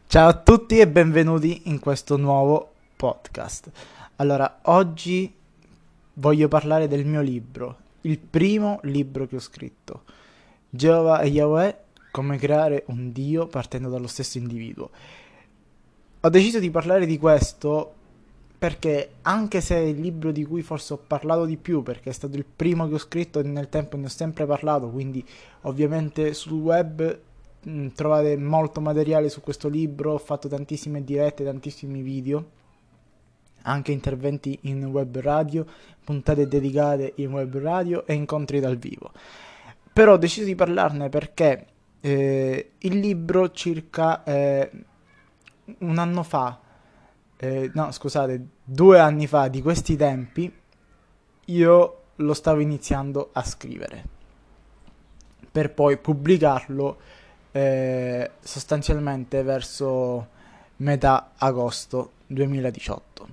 Ciao a tutti e benvenuti in questo nuovo podcast. Allora, oggi voglio parlare del mio libro, il primo libro che ho scritto, Geova e Yahweh, come creare un Dio partendo dallo stesso individuo. Ho deciso di parlare di questo perché anche se è il libro di cui forse ho parlato di più, perché è stato il primo che ho scritto e nel tempo ne ho sempre parlato, quindi ovviamente sul web trovate molto materiale su questo libro, ho fatto tantissime dirette, tantissimi video, anche interventi in web radio, puntate dedicate in web radio e incontri dal vivo. Però ho deciso di parlarne perché il libro circa un anno fa, no scusate, 2 anni fa di questi tempi, io lo stavo iniziando a scrivere per poi pubblicarlo sostanzialmente verso metà agosto 2018.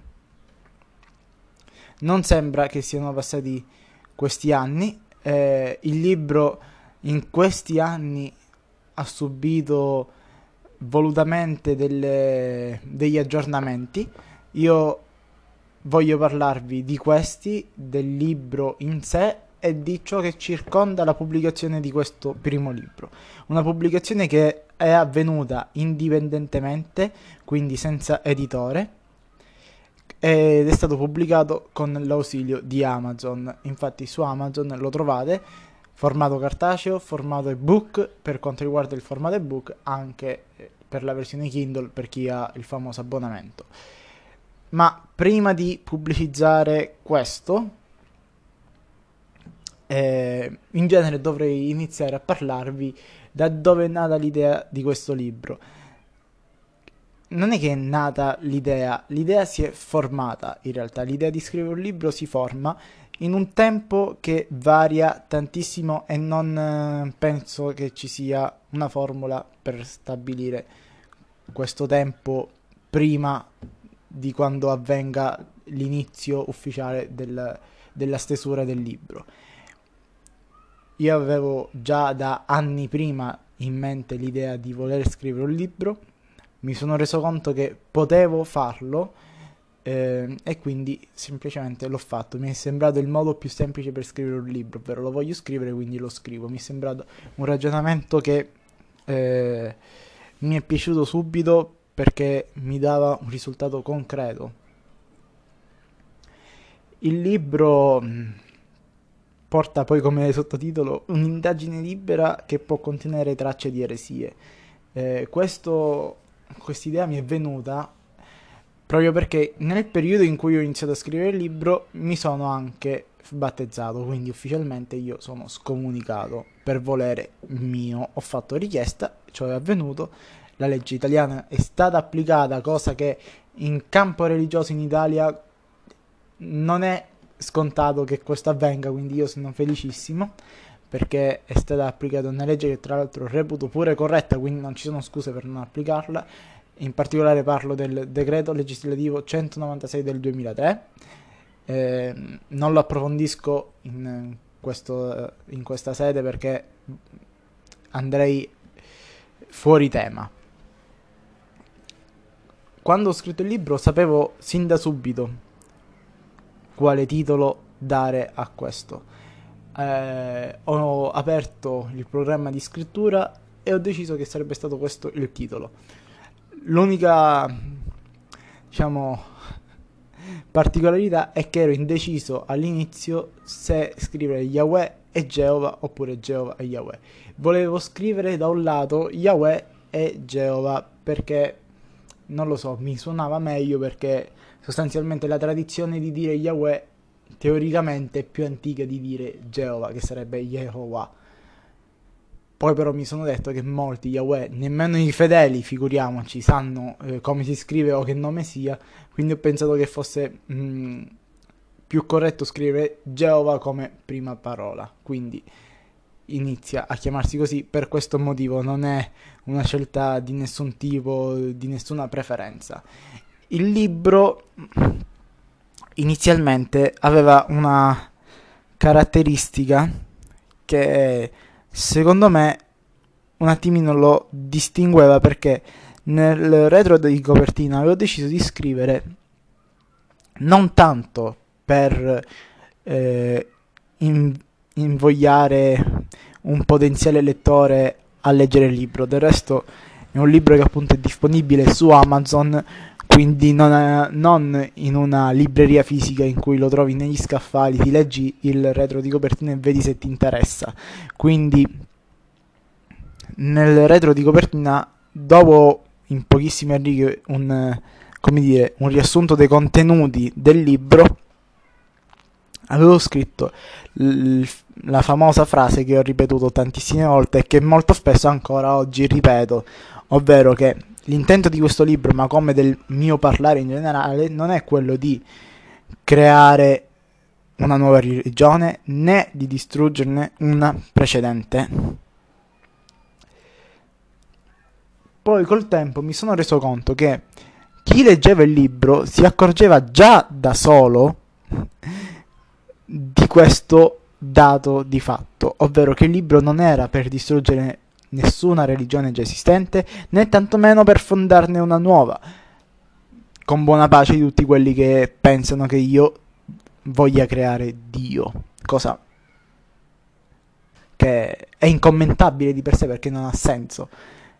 Non sembra che siano passati questi anni, il libro in questi anni ha subito volutamente degli aggiornamenti. Io voglio parlarvi di questi, del libro in sé e di ciò che circonda la pubblicazione di questo primo libro. Una pubblicazione che è avvenuta indipendentemente, quindi senza editore, ed è stato pubblicato con l'ausilio di Amazon. Infatti su Amazon lo trovate formato cartaceo, formato ebook, per quanto riguarda il formato ebook anche per la versione Kindle per chi ha il famoso abbonamento. Ma prima di pubblicizzare questo, in genere dovrei iniziare a parlarvi da dove è nata l'idea di questo libro. Non è che è nata l'idea si è formata in realtà, l'idea di scrivere un libro si forma in un tempo che varia tantissimo e non penso che ci sia una formula per stabilire questo tempo prima di quando avvenga l'inizio ufficiale della stesura del libro. Io avevo già da anni prima in mente l'idea di voler scrivere un libro, mi sono reso conto che potevo farlo e quindi semplicemente l'ho fatto. Mi è sembrato il modo più semplice per scrivere un libro, ovvero lo voglio scrivere quindi lo scrivo. Mi è sembrato un ragionamento che mi è piaciuto subito perché mi dava un risultato concreto. Il libro porta poi come sottotitolo un'indagine libera che può contenere tracce di eresie. Quest'idea mi è venuta proprio perché nel periodo in cui ho iniziato a scrivere il libro mi sono anche battezzato, quindi ufficialmente io sono scomunicato per volere mio, ho fatto richiesta, ciò è avvenuto, la legge italiana è stata applicata, cosa che in campo religioso in Italia non è scontato che questo avvenga, quindi io sono felicissimo perché è stata applicata una legge che tra l'altro reputo pure corretta, quindi non ci sono scuse per non applicarla. In particolare parlo del decreto legislativo 196 del 2003. Non lo approfondisco in questa sede perché andrei fuori tema. Quando ho scritto il libro sapevo sin da subito quale titolo dare a questo. Ho aperto il programma di scrittura e ho deciso che sarebbe stato questo il titolo. L'unica, diciamo, particolarità è che ero indeciso all'inizio se scrivere Yahweh e Geova oppure Geova e Yahweh. Volevo scrivere da un lato Yahweh e Geova perché non lo so, mi suonava meglio perché sostanzialmente la tradizione di dire Yahweh teoricamente è più antica di dire Geova, che sarebbe Yehovah. Poi però mi sono detto che molti Yahweh, nemmeno i fedeli, figuriamoci, sanno come si scrive o che nome sia, quindi ho pensato che fosse più corretto scrivere Geova come prima parola, quindi inizia a chiamarsi così per questo motivo, non è una scelta di nessun tipo, di nessuna preferenza. Il libro inizialmente aveva una caratteristica che secondo me un attimino lo distingueva perché Nel retro di copertina avevo deciso di scrivere non tanto per invogliare un potenziale lettore a leggere il libro. Del resto è un libro che appunto è disponibile su Amazon, quindi non in una libreria fisica in cui lo trovi negli scaffali, ti leggi il retro di copertina e vedi se ti interessa. Quindi nel retro di copertina, dopo in pochissime righe un riassunto dei contenuti del libro, avevo scritto la famosa frase che ho ripetuto tantissime volte e che molto spesso ancora oggi ripeto, ovvero che l'intento di questo libro, ma come del mio parlare in generale, non è quello di creare una nuova religione né di distruggerne una precedente. Poi col tempo mi sono reso conto che chi leggeva il libro si accorgeva già da solo di questo dato di fatto, ovvero che il libro non era per distruggere nessuna religione già esistente, né tantomeno per fondarne una nuova, con buona pace di tutti quelli che pensano che io voglia creare Dio, cosa che è incommentabile di per sé perché non ha senso,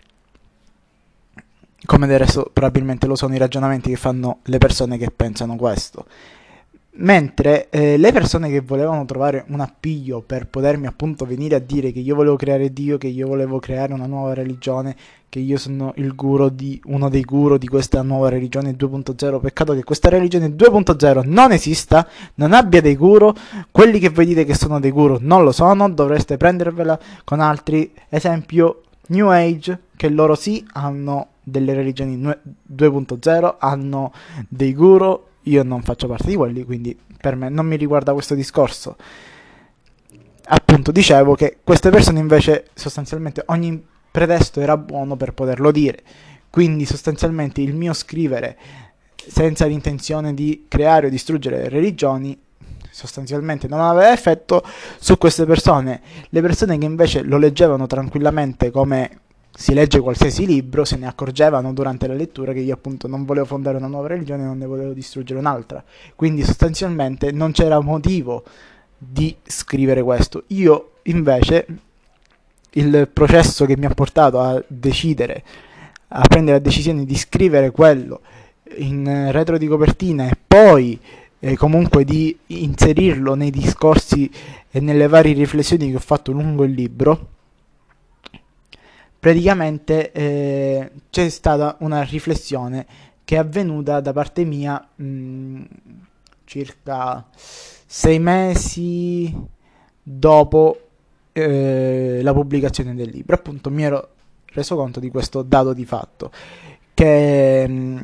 come del resto probabilmente lo sono i ragionamenti che fanno le persone che pensano questo. Mentre le persone che volevano trovare un appiglio per potermi appunto venire a dire che io volevo creare Dio, che io volevo creare una nuova religione, che io sono il guru di uno dei guru di questa nuova religione 2.0, peccato che questa religione 2.0 non esista, non abbia dei guru, quelli che voi dite che sono dei guru non lo sono, dovreste prendervela con altri, esempio New Age, che loro sì hanno delle religioni 2.0, hanno dei guru. Io non faccio parte di quelli, quindi per me non mi riguarda questo discorso. Appunto, dicevo che queste persone invece sostanzialmente ogni pretesto era buono per poterlo dire. Quindi sostanzialmente il mio scrivere senza l'intenzione di creare o distruggere religioni sostanzialmente non aveva effetto su queste persone. Le persone che invece lo leggevano tranquillamente come si legge qualsiasi libro, se ne accorgevano durante la lettura che io appunto non volevo fondare una nuova religione, non ne volevo distruggere un'altra. Quindi sostanzialmente non c'era motivo di scrivere questo. Io invece il processo che mi ha portato a decidere, a prendere la decisione di scrivere quello in retro di copertina e poi comunque di inserirlo nei discorsi e nelle varie riflessioni che ho fatto lungo il libro, praticamente c'è stata una riflessione che è avvenuta da parte mia circa 6 mesi dopo la pubblicazione del libro. Appunto mi ero reso conto di questo dato di fatto, che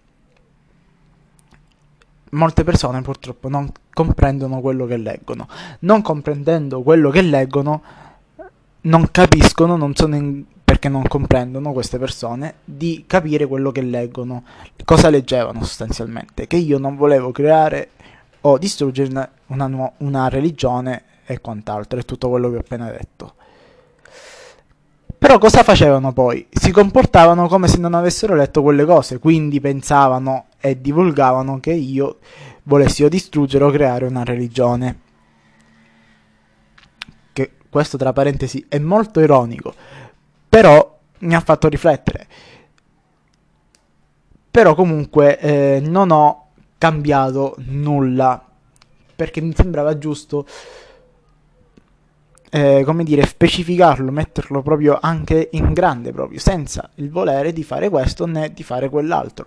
molte persone purtroppo non comprendono quello che leggono. Non comprendendo quello che leggono, non capiscono, non sono perché non comprendono queste persone di capire quello che leggono, cosa leggevano sostanzialmente, che io non volevo creare o distruggere una religione e quant'altro, è tutto quello che ho appena detto. Però cosa facevano poi? Si comportavano come se non avessero letto quelle cose, quindi pensavano e divulgavano che io volessi o distruggere o creare una religione. Che questo tra parentesi è molto ironico, però mi ha fatto riflettere. Però comunque non ho cambiato nulla, perché mi sembrava giusto specificarlo, metterlo proprio anche in grande, proprio senza il volere di fare questo né di fare quell'altro.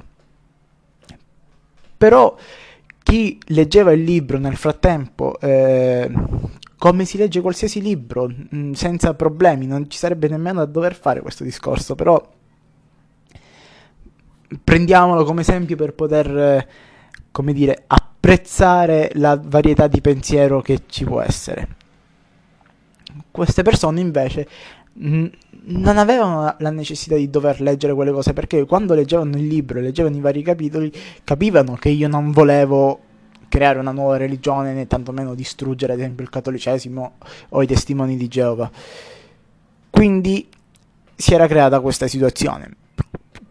Però chi leggeva il libro nel frattempo, come si legge qualsiasi libro, senza problemi, non ci sarebbe nemmeno da dover fare questo discorso, però prendiamolo come esempio per poter, apprezzare la varietà di pensiero che ci può essere. Queste persone invece non avevano la necessità di dover leggere quelle cose, perché quando leggevano il libro e leggevano i vari capitoli capivano che io non volevo creare una nuova religione né tantomeno distruggere ad esempio il cattolicesimo o i testimoni di Geova. Quindi si era creata questa situazione.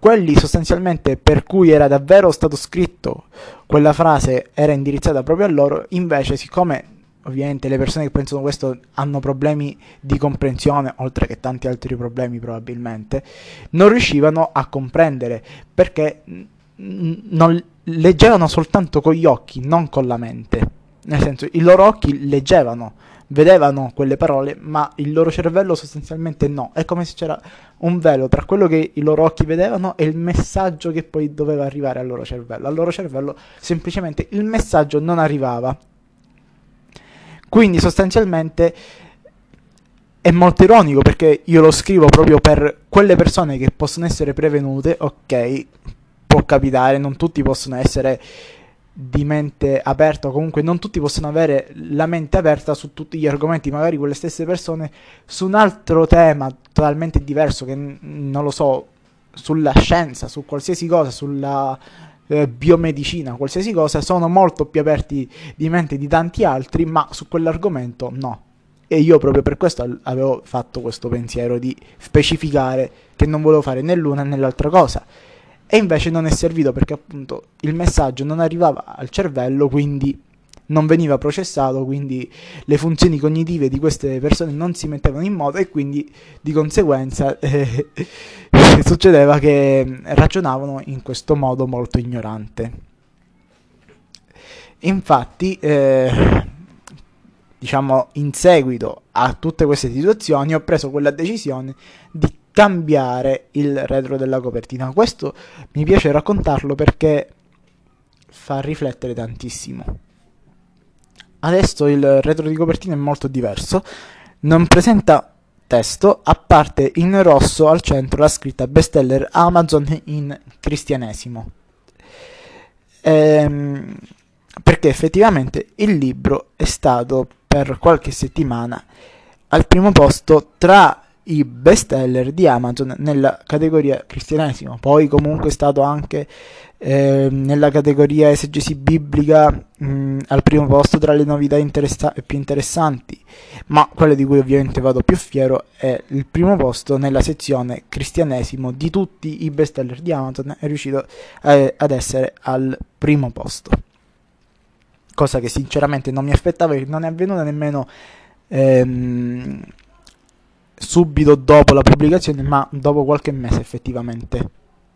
quelli sostanzialmente per cui era davvero stato scritto quella frase era indirizzata proprio a loro, invece siccome ovviamente le persone che pensano questo hanno problemi di comprensione, oltre che tanti altri problemi probabilmente, non riuscivano a comprendere, perché non leggevano soltanto con gli occhi, non con la mente. Nel senso, i loro occhi leggevano, vedevano quelle parole, ma il loro cervello sostanzialmente no. È come se c'era un velo tra quello che i loro occhi vedevano e il messaggio che poi doveva arrivare al loro cervello. Al loro cervello semplicemente il messaggio non arrivava. Quindi sostanzialmente è molto ironico, perché io lo scrivo proprio per quelle persone che possono essere prevenute. Ok, può capitare, non tutti possono essere di mente aperta, o comunque non tutti possono avere la mente aperta su tutti gli argomenti, magari quelle stesse persone su un altro tema totalmente diverso, che non lo so, sulla scienza, su qualsiasi cosa, sulla biomedicina, qualsiasi cosa, sono molto più aperti di mente di tanti altri, ma su quell'argomento no. E io proprio per questo avevo fatto questo pensiero di specificare che non volevo fare né l'una né l'altra cosa. E invece non è servito, perché appunto il messaggio non arrivava al cervello, quindi non veniva processato, quindi le funzioni cognitive di queste persone non si mettevano in moto, e quindi di conseguenza succedeva che ragionavano in questo modo molto ignorante. Infatti, diciamo, in seguito a tutte queste situazioni ho preso quella decisione di cambiare il retro della copertina. Questo mi piace raccontarlo perché fa riflettere tantissimo. Adesso il retro di copertina è molto diverso, non presenta testo, a parte in rosso al centro la scritta bestseller Amazon in cristianesimo. Perché effettivamente il libro è stato per qualche settimana al primo posto tra i bestseller di Amazon nella categoria cristianesimo. Poi comunque è stato anche nella categoria esegesi biblica al primo posto tra le novità più interessanti, ma quello di cui ovviamente vado più fiero è il primo posto nella sezione cristianesimo. Di tutti i bestseller di Amazon è riuscito ad essere al primo posto, cosa che sinceramente non mi aspettavo, e non è avvenuta nemmeno subito dopo la pubblicazione, ma dopo qualche mese effettivamente.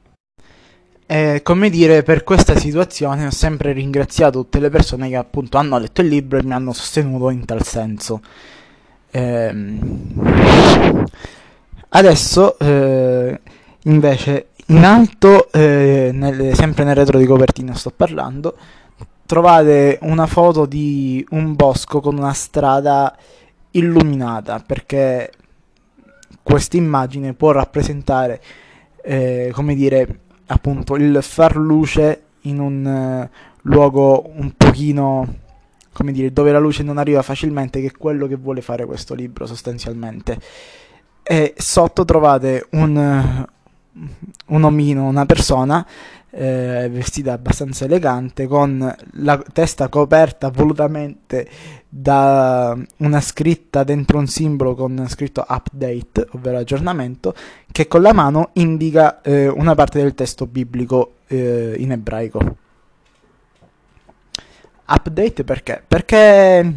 Come dire, per questa situazione ho sempre ringraziato tutte le persone che appunto hanno letto il libro e mi hanno sostenuto in tal senso. Adesso invece in alto, sempre nel retro di copertina sto parlando, trovate una foto di un bosco con una strada illuminata, perché questa immagine può rappresentare, come dire, appunto il far luce in un luogo un pochino, come dire, dove la luce non arriva facilmente, che è quello che vuole fare questo libro sostanzialmente. E sotto trovate un omino, una persona vestita abbastanza elegante, con la testa coperta volutamente da una scritta dentro un simbolo con scritto update, ovvero aggiornamento, che con la mano indica una parte del testo biblico in ebraico. Update perché? Perché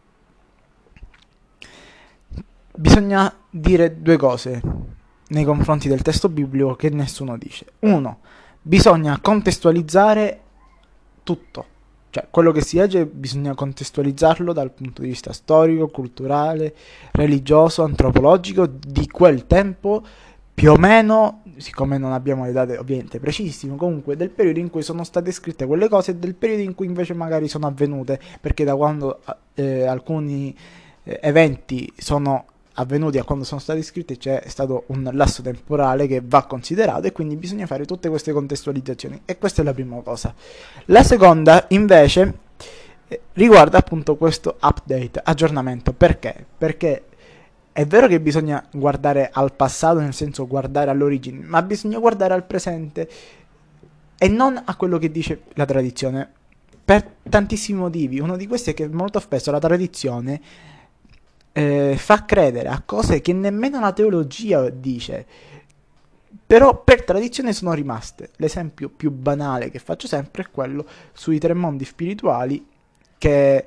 bisogna dire due cose nei confronti del testo biblico che nessuno dice. Uno, bisogna contestualizzare tutto, cioè quello che si legge bisogna contestualizzarlo dal punto di vista storico, culturale, religioso, antropologico di quel tempo, più o meno, siccome non abbiamo le date ovviamente precisissime, comunque del periodo in cui sono state scritte quelle cose e del periodo in cui invece magari sono avvenute, perché da quando alcuni eventi sono avvenuti a quando sono stati scritti c'è stato un lasso temporale che va considerato, e quindi bisogna fare tutte queste contestualizzazioni, e questa è la prima cosa. La seconda invece riguarda appunto questo update, aggiornamento. Perché? Perché è vero che bisogna guardare al passato, nel senso guardare all'origine, ma bisogna guardare al presente e non a quello che dice la tradizione, per tantissimi motivi. Uno di questi è che molto spesso la tradizione fa credere a cose che nemmeno la teologia dice. però per tradizione sono rimaste. L'esempio più banale che faccio sempre è quello sui tre mondi spirituali che,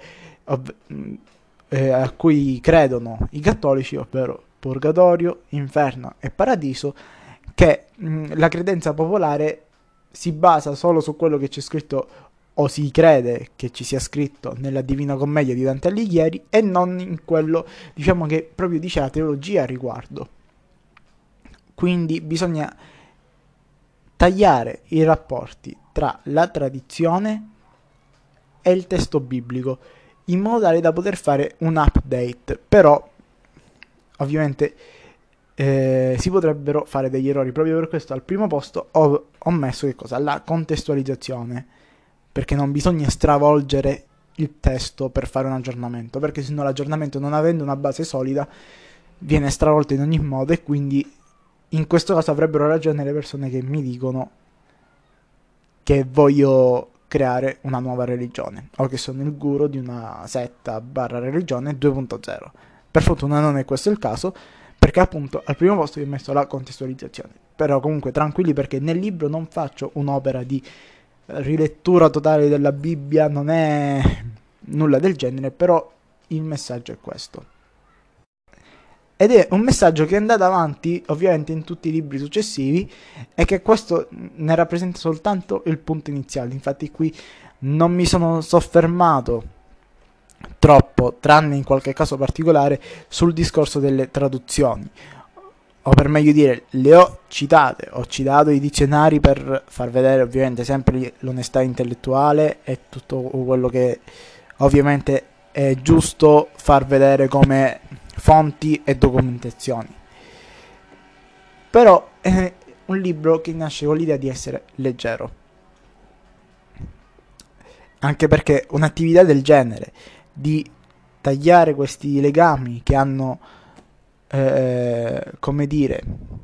a cui credono i cattolici, ovvero purgatorio, inferno e paradiso, che la credenza popolare si basa solo su quello che c'è scritto o si crede che ci sia scritto nella Divina Commedia di Dante Alighieri e non in quello, diciamo, che proprio dice la teologia a riguardo. Quindi bisogna tagliare i rapporti tra la tradizione e il testo biblico in modo tale da poter fare un update. Però ovviamente si potrebbero fare degli errori. Proprio per questo al primo posto ho messo che cosa? La contestualizzazione, perché non bisogna stravolgere il testo per fare un aggiornamento, perché sennò l'aggiornamento, non avendo una base solida, viene stravolto in ogni modo. E quindi in questo caso avrebbero ragione le persone che mi dicono che voglio creare una nuova religione o che sono il guru di una setta barra religione 2.0. Per fortuna non è questo il caso, perché appunto al primo posto vi ho messo la contestualizzazione. Però comunque tranquilli, perché nel libro non faccio un'opera di rilettura totale della Bibbia, non è nulla del genere, però il messaggio è questo. Ed è un messaggio che è andato avanti ovviamente in tutti i libri successivi, e che questo ne rappresenta soltanto il punto iniziale. Infatti qui non mi sono soffermato troppo, tranne in qualche caso particolare, sul discorso delle traduzioni. O per meglio dire, le ho citate, ho citato i dizionari per far vedere ovviamente sempre l'onestà intellettuale e tutto quello che ovviamente è giusto far vedere come fonti e documentazioni. Però è un libro che nasce con l'idea di essere leggero, anche perché un'attività del genere, di tagliare questi legami che hanno, come dire,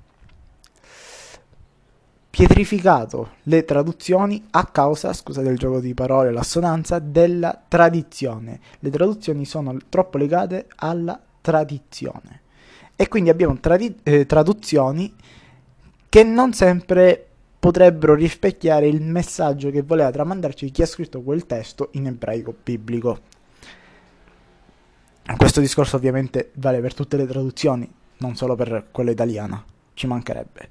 pietrificato le traduzioni a causa, scusate il gioco di parole, l'assonanza, della tradizione. Le traduzioni sono troppo legate alla tradizione e quindi abbiamo traduzioni che non sempre potrebbero rispecchiare il messaggio che voleva tramandarci chi ha scritto quel testo in ebraico biblico. Questo discorso ovviamente vale per tutte le traduzioni, non solo per quella italiana, ci mancherebbe.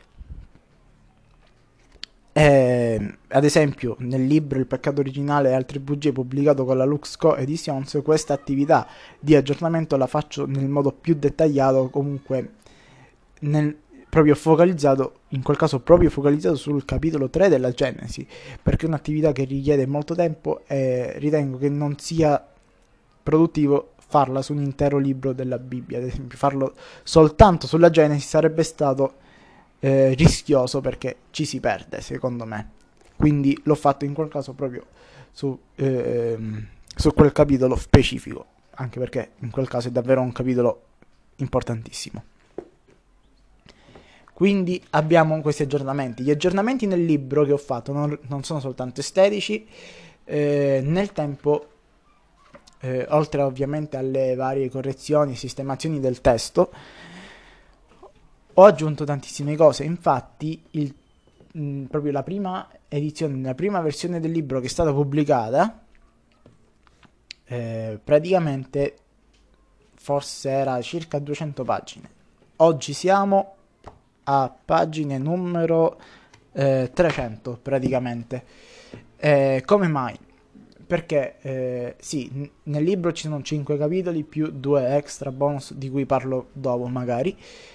Ad esempio nel libro Il peccato originale e altre bugie, pubblicato con la Luxco Editions, questa attività di aggiornamento la faccio nel modo più dettagliato, comunque proprio focalizzato, in quel caso proprio focalizzato sul capitolo 3 della Genesi, perché è un'attività che richiede molto tempo e ritengo che non sia produttivo farla su un intero libro della Bibbia. Ad esempio farlo soltanto sulla Genesi sarebbe stato rischioso, perché ci si perde secondo me. Quindi l'ho fatto in quel caso proprio su quel capitolo specifico, anche perché in quel caso è davvero un capitolo importantissimo. Quindi abbiamo questi aggiornamenti. Gli aggiornamenti nel libro che ho fatto non sono soltanto estetici, nel tempo, oltre ovviamente alle varie correzioni e sistemazioni del testo, ho aggiunto tantissime cose. Infatti proprio la prima edizione, la prima versione del libro che è stata pubblicata, praticamente forse era circa 200 pagine. Oggi siamo a pagine numero 300 praticamente. Come mai? Perché sì, nel libro ci sono 5 capitoli più 2 extra bonus di cui parlo dopo magari.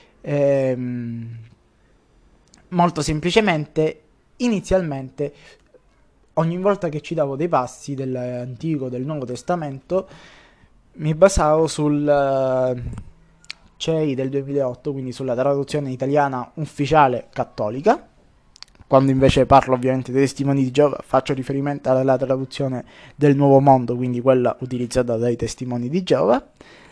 Molto semplicemente, inizialmente, ogni volta che citavo dei passi dell'Antico, del Nuovo Testamento, mi basavo sul CEI del 2008, quindi sulla traduzione italiana ufficiale cattolica. Quando invece parlo ovviamente dei testimoni di Geova, faccio riferimento alla traduzione del Nuovo Mondo, quindi quella utilizzata dai testimoni di Geova,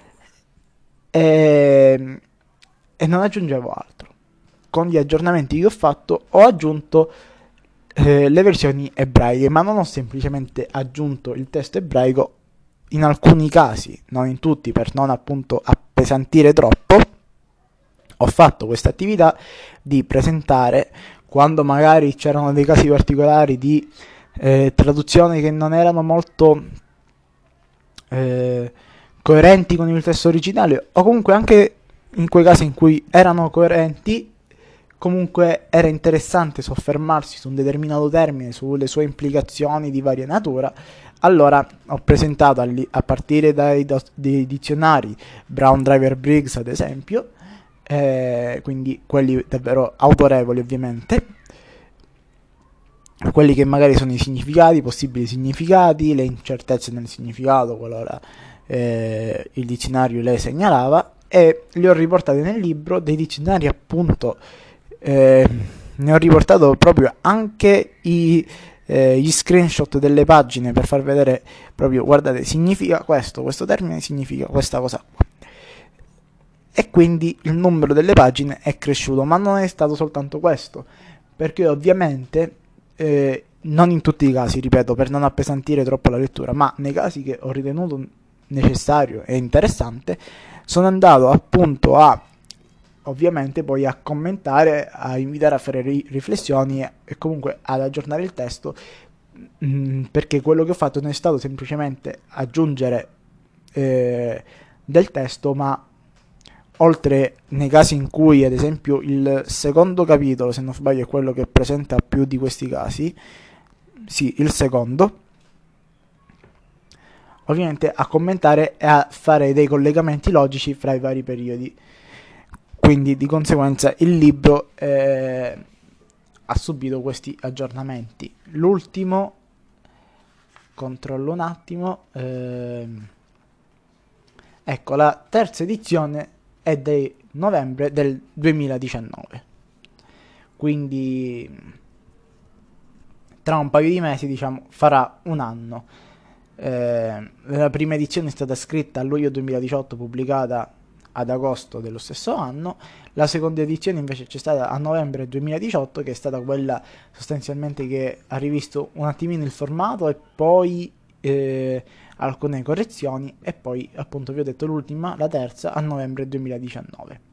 e non aggiungevo altro. Con gli aggiornamenti che ho fatto ho aggiunto le versioni ebraiche, ma non ho semplicemente aggiunto il testo ebraico. In alcuni casi, non in tutti, per non appunto appesantire troppo, ho fatto questa attività di presentare, quando magari c'erano dei casi particolari di traduzioni che non erano molto coerenti con il testo originale, o comunque anche in quei casi in cui erano coerenti, comunque era interessante soffermarsi su un determinato termine, sulle sue implicazioni di varia natura. Allora ho presentato a partire dai dizionari Brown Driver Briggs, ad esempio, quindi quelli davvero autorevoli ovviamente, quelli che magari sono i significati, i possibili significati, le incertezze nel significato qualora il dizionario le segnalava, e li ho riportati nel libro. Dei dizionari appunto ne ho riportato proprio anche gli screenshot delle pagine per far vedere proprio, guardate, significa questo termine significa questa cosa qua. E quindi il numero delle pagine è cresciuto, ma non è stato soltanto questo, perché ovviamente non in tutti i casi, ripeto, per non appesantire troppo la lettura, ma nei casi che ho ritenuto necessario e interessante, sono andato appunto ovviamente poi a commentare, a invitare a fare riflessioni e comunque ad aggiornare il testo, perché quello che ho fatto non è stato semplicemente aggiungere del testo, ma oltre nei casi in cui, ad esempio, il secondo capitolo, se non sbaglio, è quello che presenta più di questi casi, sì, il secondo, ovviamente a commentare e a fare dei collegamenti logici fra i vari periodi. Quindi di conseguenza il libro ha subito questi aggiornamenti. L'ultimo, controllo un attimo, ecco, la terza edizione è del novembre del 2019, quindi tra un paio di mesi, diciamo, farà un anno. La prima edizione è stata scritta a luglio 2018, pubblicata ad agosto dello stesso anno. La seconda edizione invece c'è stata a novembre 2018, che è stata quella sostanzialmente che ha rivisto un attimino il formato e poi alcune correzioni, e poi appunto vi ho detto l'ultima, la terza, a novembre 2019.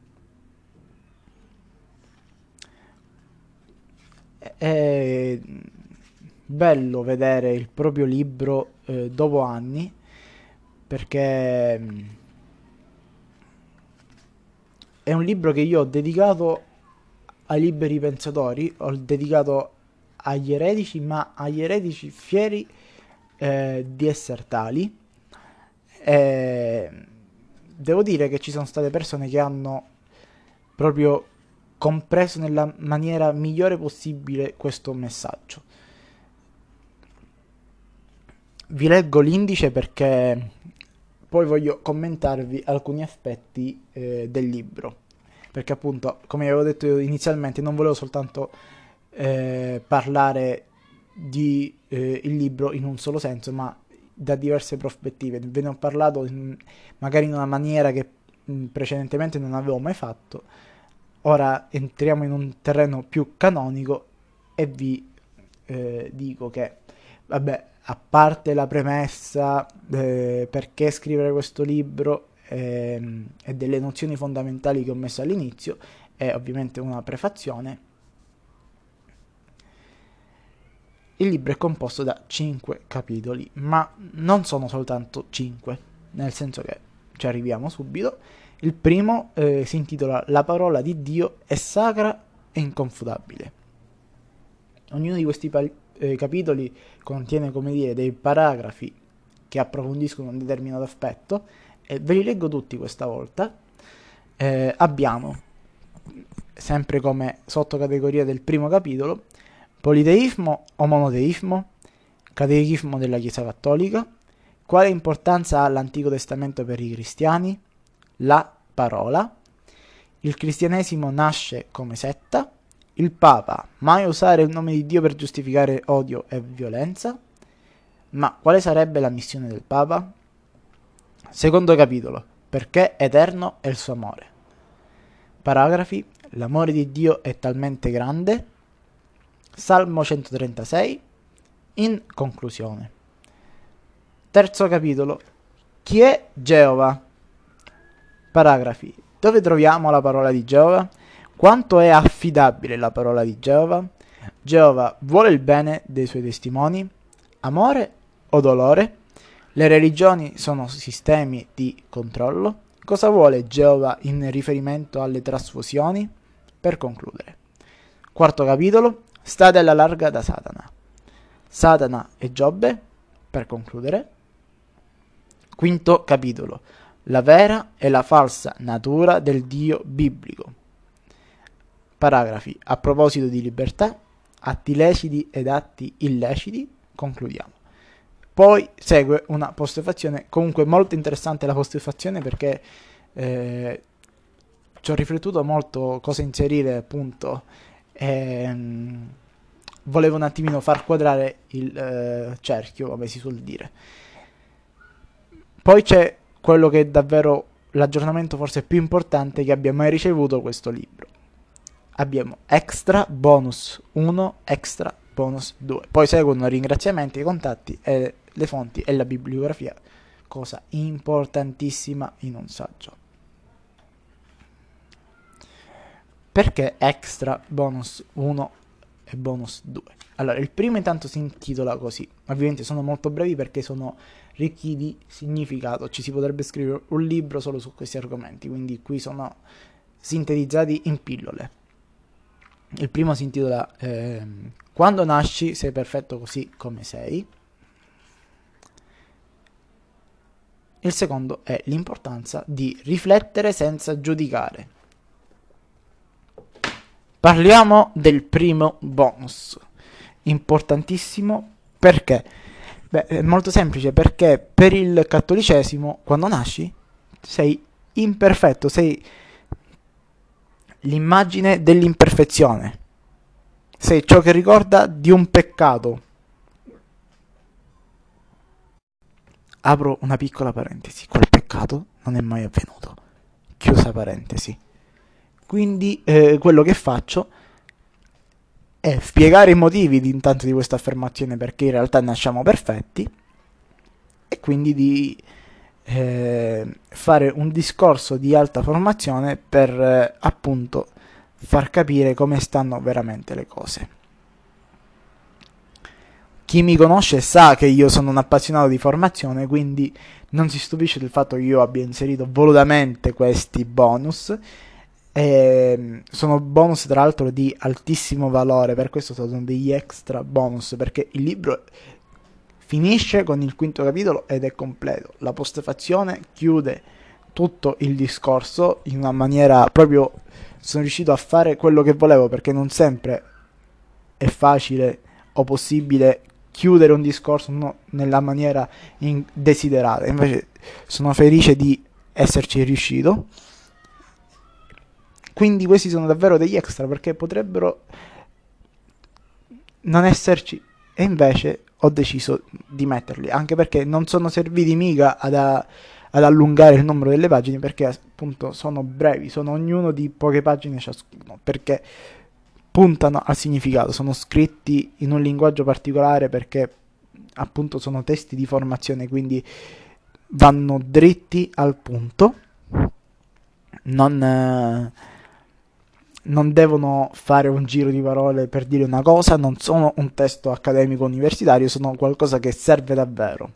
È bello vedere il proprio libro dopo anni, perché è un libro che io ho dedicato ai liberi pensatori, ho dedicato agli eretici, ma agli eretici fieri di essere tali. Devo dire che ci sono state persone che hanno proprio compreso nella maniera migliore possibile questo messaggio. Vi leggo l'indice perché poi voglio commentarvi alcuni aspetti del libro, perché appunto, come avevo detto inizialmente, non volevo soltanto parlare di il libro in un solo senso, ma da diverse prospettive. Ve ne ho parlato magari in una maniera che precedentemente non avevo mai fatto. Ora entriamo in un terreno più canonico e vi dico che, vabbè, a parte la premessa perché scrivere questo libro e delle nozioni fondamentali che ho messo all'inizio, è ovviamente una prefazione. Il libro è composto da 5 capitoli, ma non sono soltanto 5, nel senso che ci arriviamo subito. Il primo si intitola La parola di Dio è sacra e inconfutabile. Ognuno di questi capitoli contiene, come dire, dei paragrafi che approfondiscono un determinato aspetto, e ve li leggo tutti questa volta. Abbiamo, sempre come sottocategoria del primo capitolo, politeismo o monoteismo, catechismo della Chiesa Cattolica, quale importanza ha l'Antico Testamento per i cristiani, la parola, il cristianesimo nasce come setta, il Papa, mai usare il nome di Dio per giustificare odio e violenza, ma quale sarebbe la missione del Papa? Secondo capitolo, perché eterno è il suo amore. Paragrafi, l'amore di Dio è talmente grande. Salmo 136, in conclusione. Terzo capitolo, chi è Geova? Paragrafi, Dove troviamo la parola di Geova? Quanto è affidabile la parola di Geova? Geova vuole il bene dei suoi testimoni? Amore o dolore? Le religioni sono sistemi di controllo? Cosa vuole Geova in riferimento alle trasfusioni? Per concludere. Quarto capitolo. State alla larga da Satana. Satana e Giobbe. Per concludere. Quinto capitolo. La vera e la falsa natura del Dio biblico. Paragrafi. A proposito di libertà, atti leciti ed atti illeciti. Concludiamo. Poi segue una postfazione, comunque molto interessante la postfazione perché ci ho riflettuto molto cosa inserire, appunto, volevo un attimino far quadrare il cerchio, come si suol dire. Poi c'è quello che è davvero l'aggiornamento forse più importante che abbia mai ricevuto questo libro. Abbiamo extra bonus 1, extra bonus 2. Poi seguono ringraziamenti, i contatti e le fonti e la bibliografia, cosa importantissima in un saggio. Perché extra bonus 1 e bonus 2? Allora, il primo intanto si intitola così. Ovviamente sono molto brevi perché sono ricchi di significato. Ci si potrebbe scrivere un libro solo su questi argomenti, quindi qui sono sintetizzati in pillole. Il primo si intitola Quando nasci sei perfetto così come sei. Il secondo è l'importanza di riflettere senza giudicare. Parliamo del primo bonus, importantissimo perché? Beh, è molto semplice, perché per il cattolicesimo quando nasci sei imperfetto, sei l'immagine dell'imperfezione, sei ciò che ricorda di un peccato. Apro una piccola parentesi, quel peccato non è mai avvenuto, chiusa parentesi. Quindi quello che faccio è spiegare i motivi intanto di questa affermazione, perché in realtà nasciamo perfetti, e quindi di fare un discorso di alta formazione per appunto far capire come stanno veramente le cose. Chi mi conosce sa che io sono un appassionato di formazione, quindi non si stupisce del fatto che io abbia inserito volutamente questi bonus. Sono bonus tra l'altro di altissimo valore, per questo sono degli extra bonus, perché il libro finisce con il quinto capitolo ed è completo. La postfazione chiude tutto il discorso in una maniera proprio, sono riuscito a fare quello che volevo, perché non sempre è facile o possibile chiudere un discorso nella maniera desiderata. Invece sono felice di esserci riuscito. Quindi questi sono davvero degli extra, perché potrebbero non esserci, e invece ho deciso di metterli, anche perché non sono serviti mica ad allungare il numero delle pagine, perché appunto sono brevi, sono ognuno di poche pagine ciascuno, perché puntano al significato, sono scritti in un linguaggio particolare, perché appunto sono testi di formazione, quindi vanno dritti al punto, non devono fare un giro di parole per dire una cosa, non sono un testo accademico universitario, sono qualcosa che serve davvero.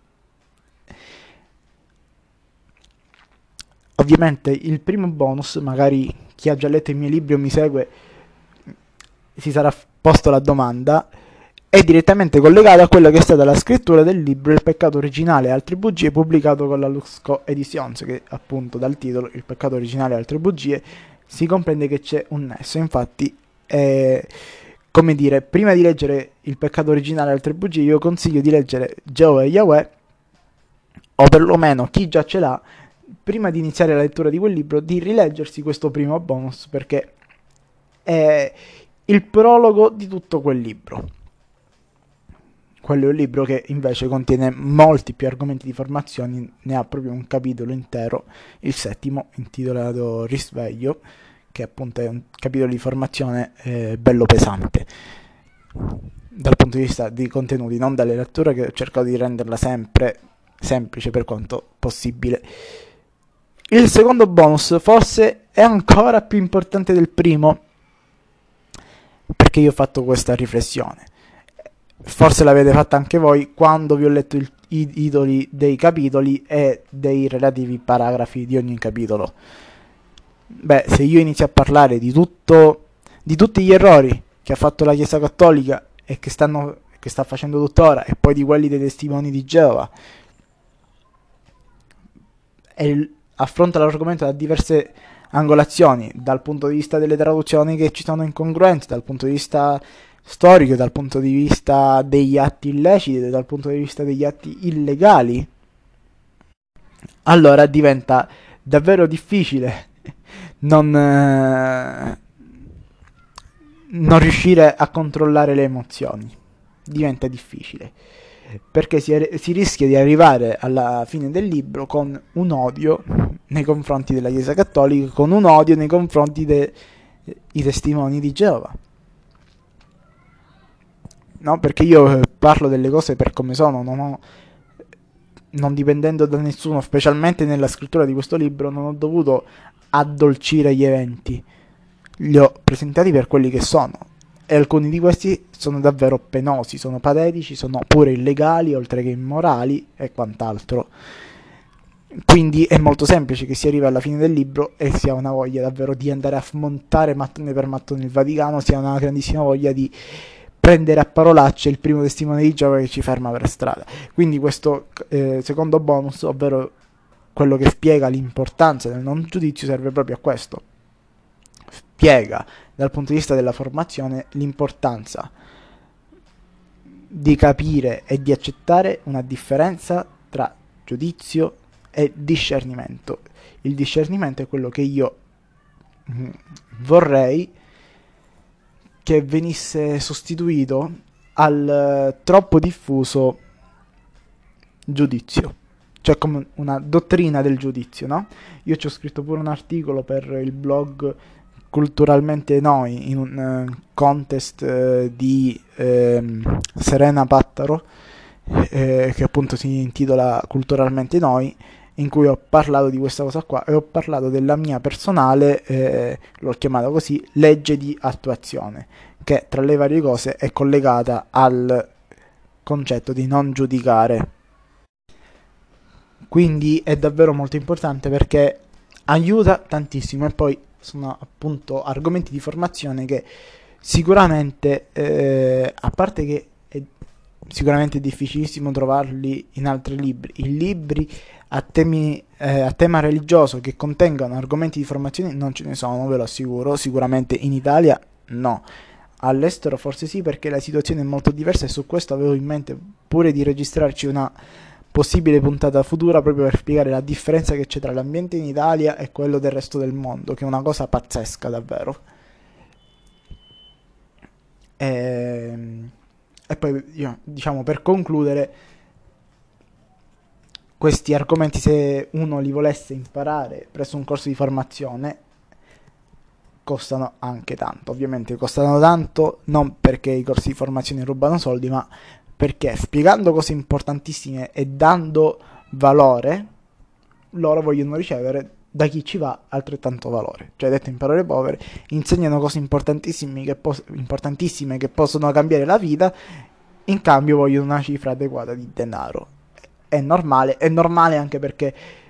Ovviamente il primo bonus, magari chi ha già letto i miei libri o mi segue si sarà posto la domanda, è direttamente collegato a quella che è stata la scrittura del libro Il peccato originale e altre bugie, pubblicato con la Luxco Editions, che appunto dal titolo Il peccato originale e altre bugie si comprende che c'è un nesso. Infatti, come dire, prima di leggere Il peccato originale e altre bugie, io consiglio di leggere Geova e Yahweh, o perlomeno chi già ce l'ha, prima di iniziare la lettura di quel libro, di rileggersi questo primo bonus, perché è il prologo di tutto quel libro. Quello è un libro che invece contiene molti più argomenti di formazione, ne ha proprio un capitolo intero, il settimo, intitolato Risveglio, che appunto è un capitolo di formazione bello pesante, dal punto di vista dei contenuti, non dalle letture, che ho cercato di renderla sempre semplice per quanto possibile. Il secondo bonus forse è ancora più importante del primo, perché io ho fatto questa riflessione. Forse l'avete fatta anche voi quando vi ho letto i titoli dei capitoli e dei relativi paragrafi di ogni capitolo. Beh, se io inizio a parlare di tutti gli errori che ha fatto la Chiesa Cattolica e che sta facendo tuttora, e poi di quelli dei testimoni di Geova, e affronta l'argomento da diverse angolazioni, dal punto di vista delle traduzioni che ci sono incongruenti, dal punto di vista storico, dal punto di vista degli atti illeciti, dal punto di vista degli atti illegali, allora diventa davvero difficile non riuscire a controllare le emozioni. Diventa difficile, perché si rischia di arrivare alla fine del libro con un odio nei confronti della Chiesa Cattolica, con un odio nei confronti dei testimoni di Geova. No, perché io parlo delle cose per come sono, non dipendendo da nessuno, specialmente nella scrittura di questo libro, non ho dovuto addolcire gli eventi, li ho presentati per quelli che sono, e alcuni di questi sono davvero penosi, sono patetici, sono pure illegali, oltre che immorali e quant'altro. Quindi è molto semplice che si arrivi alla fine del libro e si ha una voglia davvero di andare a montare mattone per mattone il Vaticano, si ha una grandissima voglia di prendere a parolacce il primo testimone di Geova che ci ferma per strada. Quindi questo secondo bonus, ovvero quello che spiega l'importanza del non giudizio, serve proprio a questo. Spiega dal punto di vista della formazione l'importanza di capire e di accettare una differenza tra giudizio e discernimento. Il discernimento è quello che io vorrei che venisse sostituito al troppo diffuso giudizio, cioè come una dottrina del giudizio, no? Io ci ho scritto pure un articolo per il blog Culturalmente Noi, in un contest di Serena Pattaro, che appunto si intitola Culturalmente Noi, in cui ho parlato di questa cosa qua e ho parlato della mia personale, l'ho chiamata così, legge di attuazione, che tra le varie cose è collegata al concetto di non giudicare. Quindi è davvero molto importante perché aiuta tantissimo, e poi sono appunto argomenti di formazione che sicuramente, a parte che è sicuramente difficilissimo trovarli in altri libri, i libri a tema religioso che contengano argomenti di formazione non ce ne sono, ve lo assicuro, sicuramente in Italia no. All'estero forse sì, perché la situazione è molto diversa, e su questo avevo in mente pure di registrarci una possibile puntata futura proprio per spiegare la differenza che c'è tra l'ambiente in Italia e quello del resto del mondo, che è una cosa pazzesca davvero. E poi io, diciamo, per concludere, questi argomenti, se uno li volesse imparare presso un corso di formazione, costano anche tanto. Ovviamente costano tanto non perché i corsi di formazione rubano soldi, ma perché spiegando cose importantissime e dando valore, loro vogliono ricevere da chi ci va altrettanto valore. Cioè, detto in parole povere, insegnano cose importantissime che possono cambiare la vita, in cambio vogliono una cifra adeguata di denaro. È normale anche perché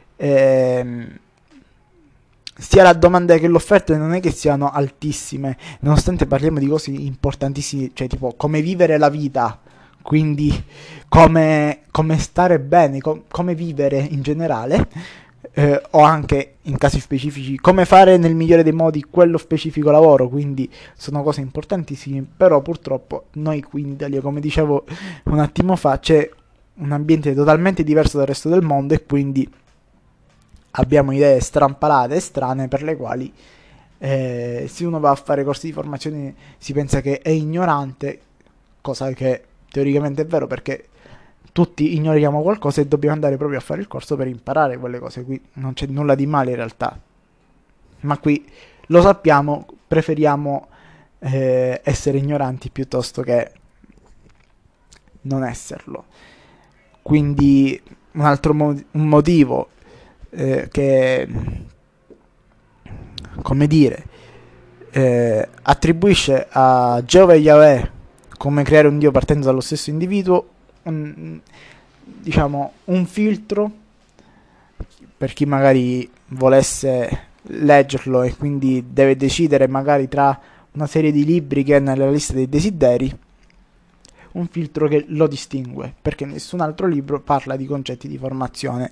sia la domanda che l'offerta non è che siano altissime, nonostante parliamo di cose importantissime, cioè tipo come vivere la vita, quindi come stare bene, come vivere in generale, o anche in casi specifici come fare nel migliore dei modi quello specifico lavoro, quindi sono cose importantissime. Però purtroppo noi qui in Italia, come dicevo un attimo fa, c'è un ambiente totalmente diverso dal resto del mondo, e quindi abbiamo idee strampalate e strane per le quali se uno va a fare corsi di formazione si pensa che è ignorante, cosa che teoricamente è vero, perché tutti ignoriamo qualcosa e dobbiamo andare proprio a fare il corso per imparare quelle cose. Qui non c'è nulla di male in realtà, ma qui lo sappiamo, preferiamo essere ignoranti piuttosto che non esserlo. Quindi un altro un motivo che come dire, attribuisce a Geova e Yahweh come creare un dio partendo dallo stesso individuo diciamo un filtro per chi magari volesse leggerlo e quindi deve decidere magari tra una serie di libri che è nella lista dei desideri, un filtro che lo distingue, perché nessun altro libro parla di concetti di formazione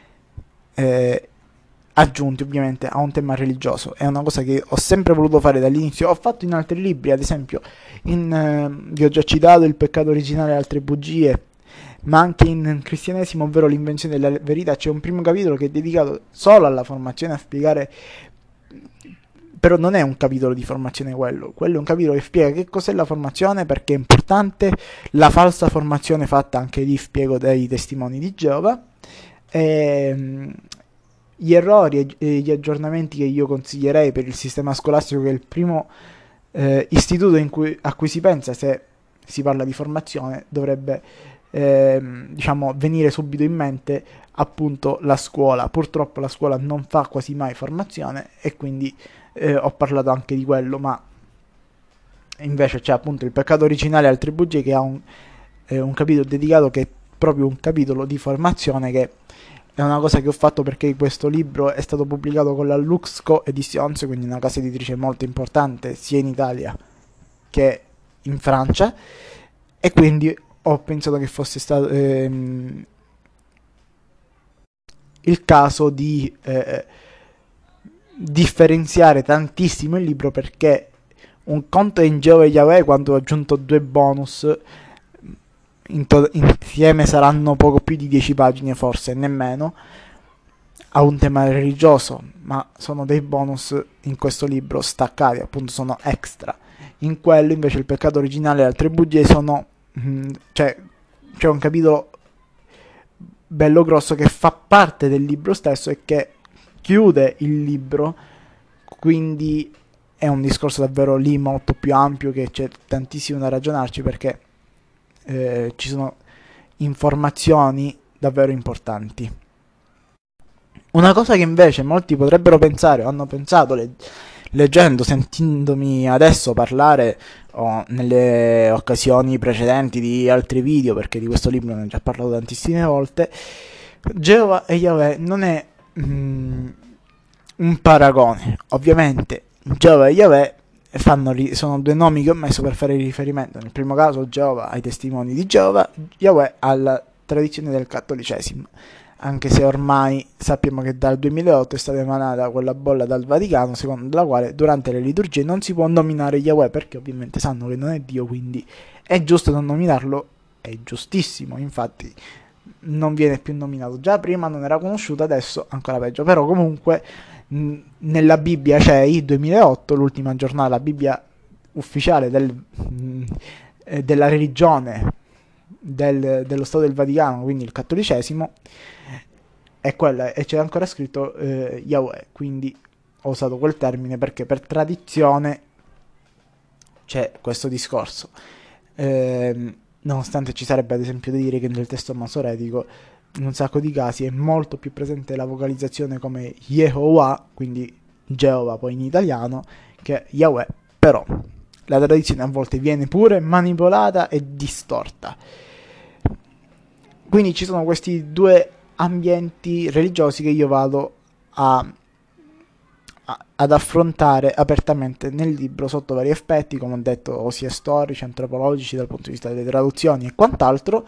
aggiunti ovviamente a un tema religioso. È una cosa che ho sempre voluto fare dall'inizio, ho fatto in altri libri, ad esempio vi ho già citato Il peccato originale e altre bugie, ma anche in Cristianesimo, ovvero l'invenzione della verità, c'è un primo capitolo che è dedicato solo alla formazione, a spiegare, però non è un capitolo di formazione quello è un capitolo che spiega che cos'è la formazione, perché è importante, la falsa formazione fatta anche lì spiego dai testimoni di Geova, gli errori e gli aggiornamenti che io consiglierei per il sistema scolastico, che è il primo istituto a cui si pensa se si parla di formazione, dovrebbe diciamo venire subito in mente appunto la scuola. Purtroppo la scuola non fa quasi mai formazione e quindi ho parlato anche di quello, ma invece c'è appunto Il peccato originale e altre bugie, che ha un capitolo dedicato, che è proprio un capitolo di formazione, che è una cosa che ho fatto perché questo libro è stato pubblicato con la Luxco Editions, quindi una casa editrice molto importante sia in Italia che in Francia, e quindi ho pensato che fosse stato il caso di differenziare tantissimo il libro, perché un conto è in Geova e Yahweh, quando ho aggiunto 2 bonus, insieme saranno poco più di 10 pagine, forse nemmeno, a un tema religioso, ma sono dei bonus in questo libro staccati, appunto sono extra. In quello invece Il peccato originale e altre bugie sono c'è un capitolo bello grosso che fa parte del libro stesso e che chiude il libro, quindi è un discorso davvero lì molto più ampio, che c'è tantissimo da ragionarci, perché ci sono informazioni davvero importanti. Una cosa che invece molti potrebbero pensare o hanno pensato leggendo, sentendomi adesso parlare o nelle occasioni precedenti di altri video, perché di questo libro ne ho già parlato tantissime volte, Geova e Yahweh non è un paragone. Ovviamente Geova e Yahweh sono 2 nomi che ho messo per fare riferimento, nel primo caso Geova ai testimoni di Geova, Yahweh alla tradizione del cattolicesimo, anche se ormai sappiamo che dal 2008 è stata emanata quella bolla dal Vaticano, secondo la quale durante le liturgie non si può nominare Yahweh, perché ovviamente sanno che non è Dio, quindi è giusto non nominarlo, è giustissimo, infatti non viene più nominato. Già prima non era conosciuto, adesso ancora peggio, però comunque nella Bibbia c'è il 2008, l'ultima giornata, la Bibbia ufficiale della religione dello Stato del Vaticano, quindi il cattolicesimo, è quella, e c'è ancora scritto Yahweh, quindi ho usato quel termine perché per tradizione c'è questo discorso, nonostante ci sarebbe ad esempio da dire che nel testo masoretico in un sacco di casi è molto più presente la vocalizzazione come Yehovah, quindi Geova poi in italiano, che Yahweh, però la tradizione a volte viene pure manipolata e distorta. Quindi ci sono questi 2 ambienti religiosi che io vado ad affrontare apertamente nel libro sotto vari aspetti, come ho detto, sia storici, antropologici, dal punto di vista delle traduzioni e quant'altro,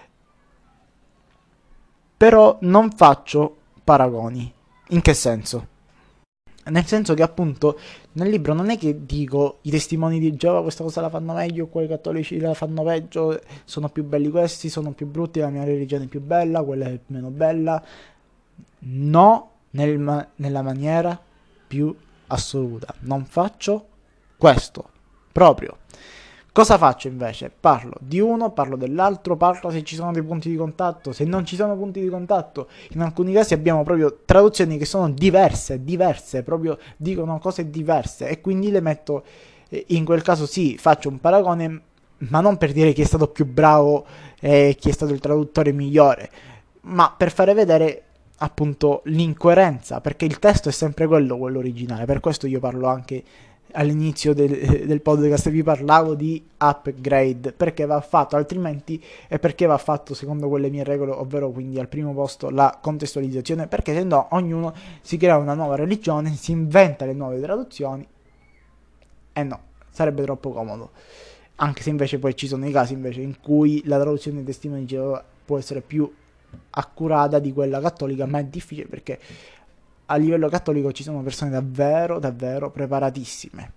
però non faccio paragoni. In che senso? Nel senso che appunto nel libro non è che dico i testimoni di Geova questa cosa la fanno meglio, quei cattolici la fanno peggio, sono più belli questi, sono più brutti, la mia religione è più bella, quella è meno bella. No, nella maniera più assoluta. Non faccio questo proprio. Cosa faccio invece? Parlo di uno, parlo dell'altro, parlo se ci sono dei punti di contatto, se non ci sono punti di contatto. In alcuni casi abbiamo proprio traduzioni che sono diverse, proprio dicono cose diverse, e quindi le metto, in quel caso sì, faccio un paragone, ma non per dire chi è stato più bravo e chi è stato il traduttore migliore, ma per fare vedere appunto l'incoerenza, perché il testo è sempre quello originale. Per questo io parlo anche all'inizio del podcast, vi parlavo di upgrade, perché va fatto, altrimenti, e perché va fatto secondo quelle mie regole, ovvero quindi al primo posto la contestualizzazione, perché se no ognuno si crea una nuova religione, si inventa le nuove traduzioni, e no, sarebbe troppo comodo. Anche se invece poi ci sono i casi invece in cui la traduzione dei testimoni di Geova può essere più accurata di quella cattolica, ma è difficile perché a livello cattolico ci sono persone davvero, davvero preparatissime.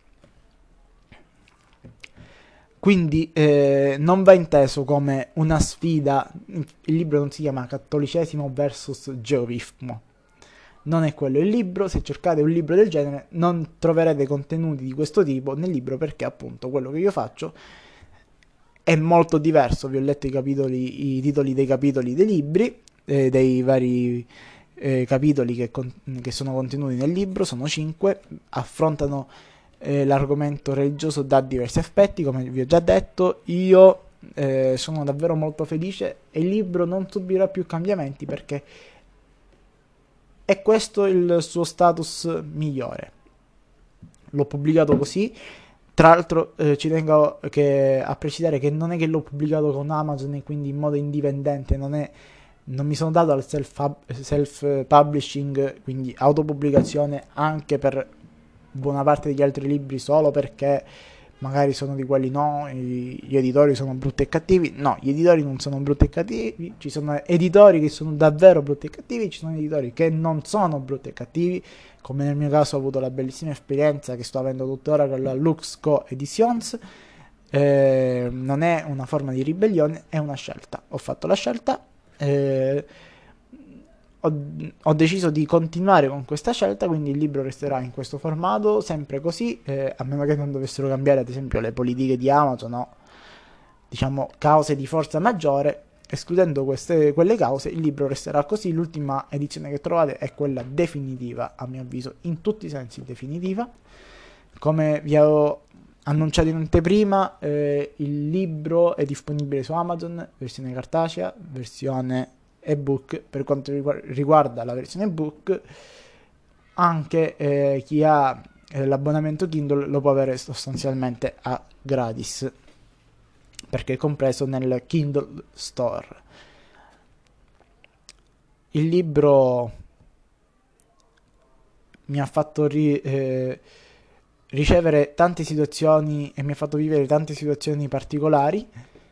Quindi non va inteso come una sfida, il libro non si chiama Cattolicesimo versus Geovismo, non è quello il libro. Se cercate un libro del genere non troverete contenuti di questo tipo nel libro, perché appunto quello che io faccio è molto diverso. Vi ho letto i titoli dei capitoli dei libri, dei vari capitoli che sono contenuti nel libro, sono 5, affrontano l'argomento religioso da diversi aspetti, come vi ho già detto. Io sono davvero molto felice e il libro non subirà più cambiamenti, perché è questo il suo status migliore. L'ho pubblicato così. Tra l'altro ci tengo a precisare che non è che l'ho pubblicato con Amazon e quindi in modo indipendente, non mi sono dato al self-publishing, quindi autopubblicazione anche per buona parte degli altri libri, solo perché magari sono di quelli, no, gli editori sono brutti e cattivi. No, gli editori non sono brutti e cattivi, ci sono editori che sono davvero brutti e cattivi, ci sono editori che non sono brutti e cattivi, come nel mio caso ho avuto la bellissima esperienza che sto avendo tuttora con la Luxco Editions. Non è una forma di ribellione, è una scelta. Ho fatto la scelta, ho deciso di continuare con questa scelta, quindi il libro resterà in questo formato, sempre così, a meno che non dovessero cambiare ad esempio le politiche di Amazon o diciamo cause di forza maggiore. Escludendo quelle cause, il libro resterà così. L'ultima edizione che trovate è quella definitiva, a mio avviso, in tutti i sensi definitiva. Come vi avevo annunciato in anteprima, il libro è disponibile su Amazon, versione cartacea, versione ebook. Per quanto riguarda la versione ebook, anche chi ha l'abbonamento Kindle lo può avere sostanzialmente a gratis, perché è compreso nel Kindle Store. Il libro mi ha fatto ricevere tante situazioni e mi ha fatto vivere tante situazioni particolari.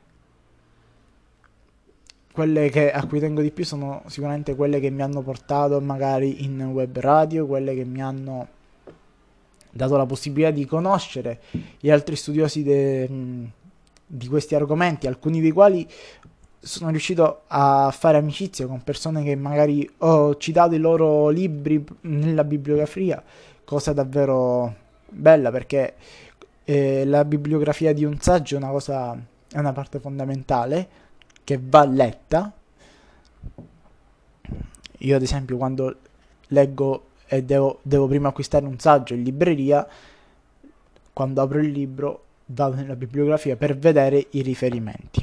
Quelle a cui tengo di più sono sicuramente quelle che mi hanno portato magari in web radio, quelle che mi hanno dato la possibilità di conoscere gli altri studiosi di questi argomenti, alcuni dei quali sono riuscito a fare amicizia con persone che magari ho citato i loro libri nella bibliografia, cosa davvero bella, perché la bibliografia di un saggio è una parte fondamentale che va letta. Io ad esempio quando leggo e devo prima acquistare un saggio in libreria, quando apro il libro vado nella bibliografia per vedere i riferimenti.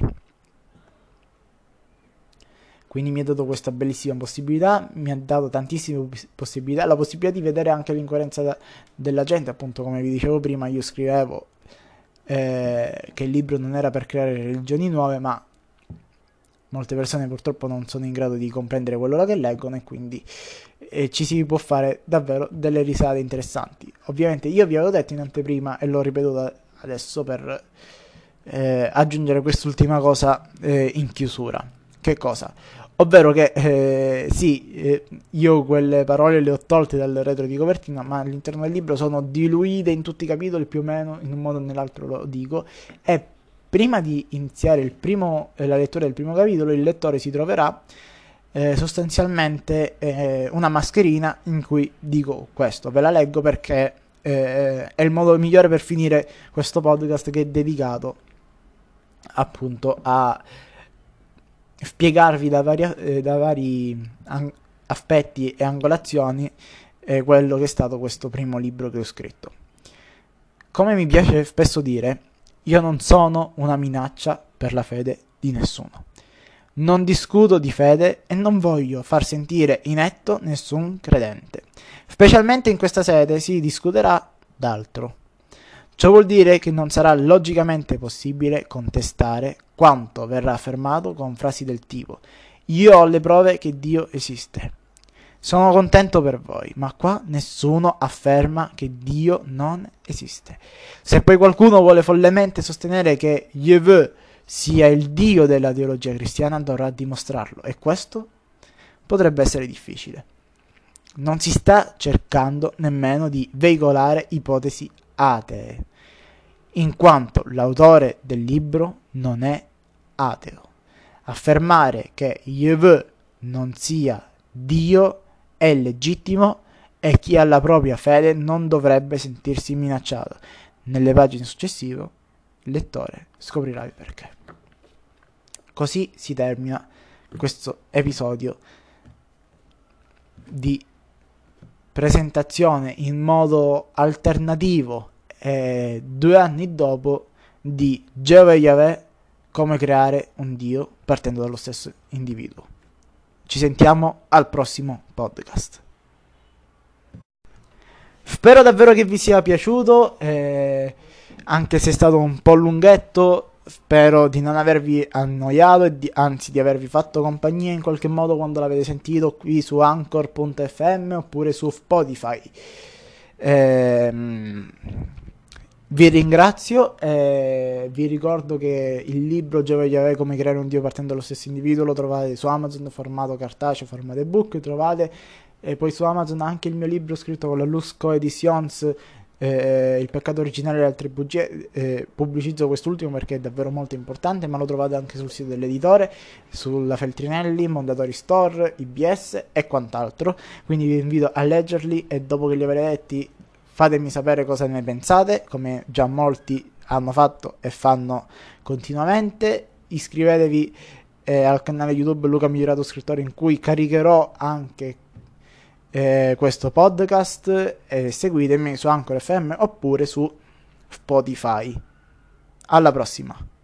Quindi mi ha dato questa bellissima possibilità, mi ha dato tantissime possibilità, la possibilità di vedere anche l'incoerenza della gente. Appunto, come vi dicevo prima, io scrivevo che il libro non era per creare religioni nuove, ma molte persone purtroppo non sono in grado di comprendere quello che leggono, e quindi ci si può fare davvero delle risate interessanti. Ovviamente io vi avevo detto in anteprima e l'ho ripetuto adesso per aggiungere quest'ultima cosa in chiusura. Che cosa? Ovvero che sì, io quelle parole le ho tolte dal retro di copertina, ma all'interno del libro sono diluite in tutti i capitoli, più o meno, in un modo o nell'altro lo dico, e prima di iniziare la lettura del primo capitolo, il lettore si troverà sostanzialmente una mascherina in cui dico questo. Ve la leggo perché è il modo migliore per finire questo podcast, che è dedicato appunto a spiegarvi da vari aspetti e angolazioni quello che è stato questo primo libro che ho scritto. Come mi piace spesso dire, io non sono una minaccia per la fede di nessuno. Non discuto di fede e non voglio far sentire inetto nessun credente. Specialmente in questa sede si discuterà d'altro. Ciò vuol dire che non sarà logicamente possibile contestare quanto verrà affermato con frasi del tipo: io ho le prove che Dio esiste. Sono contento per voi, ma qua nessuno afferma che Dio non esiste. Se poi qualcuno vuole follemente sostenere che Yahweh sia il Dio della teologia cristiana, dovrà dimostrarlo, e questo potrebbe essere difficile. Non si sta cercando nemmeno di veicolare ipotesi atee, in quanto l'autore del libro non è ateo. Affermare che Yahweh non sia Dio è legittimo e chi ha la propria fede non dovrebbe sentirsi minacciato. Nelle pagine successive il lettore scoprirà il perché. Così si termina questo episodio di presentazione in modo alternativo 2 anni dopo di Geova Yahweh, come creare un Dio partendo dallo stesso individuo. Ci sentiamo al prossimo podcast. Spero davvero che vi sia piaciuto, anche se è stato un po' lunghetto. Spero di non avervi annoiato e anzi di avervi fatto compagnia in qualche modo quando l'avete sentito qui su Anchor.fm oppure su Spotify. Vi ringrazio e vi ricordo che il libro Geova Yahweh, come creare un Dio partendo dallo stesso individuo, lo trovate su Amazon, formato cartaceo, formato ebook, trovate poi su Amazon anche il mio libro scritto con la Lusco Editions, Il peccato originale e le altre bugie. Pubblicizzo quest'ultimo perché è davvero molto importante, ma lo trovate anche sul sito dell'editore, sulla Feltrinelli, Mondadori Store, IBS e quant'altro, quindi vi invito a leggerli e dopo che li avrete letti fatemi sapere cosa ne pensate, come già molti hanno fatto e fanno continuamente. Iscrivetevi al canale YouTube Luca Migliorato Scrittore, in cui caricherò anche questo podcast, e seguitemi su Anchor FM oppure su Spotify. Alla prossima.